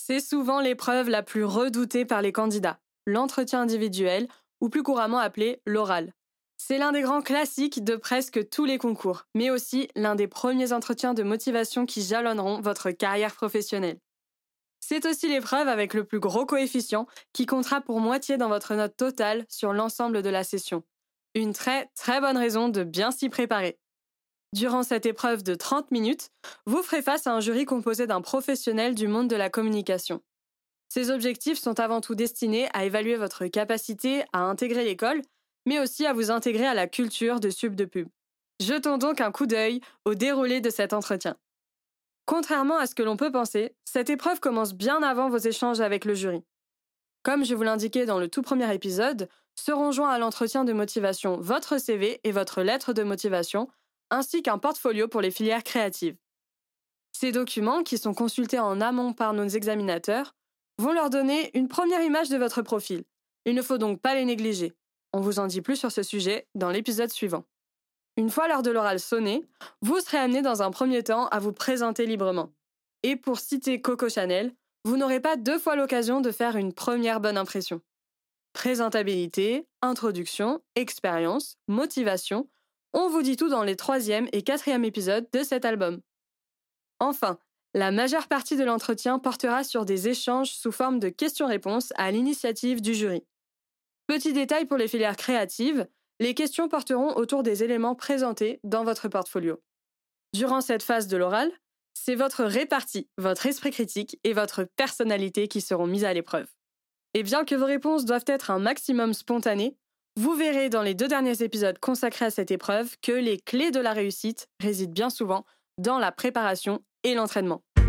C'est souvent l'épreuve la plus redoutée par les candidats, l'entretien individuel, ou plus couramment appelé l'oral. C'est l'un des grands classiques de presque tous les concours, mais aussi l'un des premiers entretiens de motivation qui jalonneront votre carrière professionnelle. C'est aussi l'épreuve avec le plus gros coefficient qui comptera pour moitié dans votre note totale sur l'ensemble de la session. Une très très bonne raison de bien s'y préparer. Durant cette épreuve de 30 minutes, vous ferez face à un jury composé d'un professionnel du monde de la communication. Ces objectifs sont avant tout destinés à évaluer votre capacité à intégrer l'école, mais aussi à vous intégrer à la culture de Sub de Pub. Jetons donc un coup d'œil au déroulé de cet entretien. Contrairement à ce que l'on peut penser, cette épreuve commence bien avant vos échanges avec le jury. Comme je vous l'indiquais dans le tout premier épisode, seront joints à l'entretien de motivation votre CV et votre lettre de motivation, ainsi qu'un portfolio pour les filières créatives. Ces documents, qui sont consultés en amont par nos examinateurs, vont leur donner une première image de votre profil. Il ne faut donc pas les négliger. On vous en dit plus sur ce sujet dans l'épisode suivant. Une fois l'heure de l'oral sonnée, vous serez amené dans un premier temps à vous présenter librement. Et pour citer Coco Chanel, vous n'aurez pas deux fois l'occasion de faire une première bonne impression. Présentabilité, introduction, expérience, motivation, on vous dit tout dans les 3e et 4e épisodes de cet album. Enfin, la majeure partie de l'entretien portera sur des échanges sous forme de questions-réponses à l'initiative du jury. Petit détail pour les filières créatives, les questions porteront autour des éléments présentés dans votre portfolio. Durant cette phase de l'oral, c'est votre répartie, votre esprit critique et votre personnalité qui seront mises à l'épreuve. Et bien que vos réponses doivent être un maximum spontanées, vous verrez dans les 2 derniers épisodes consacrés à cette épreuve que les clés de la réussite résident bien souvent dans la préparation et l'entraînement.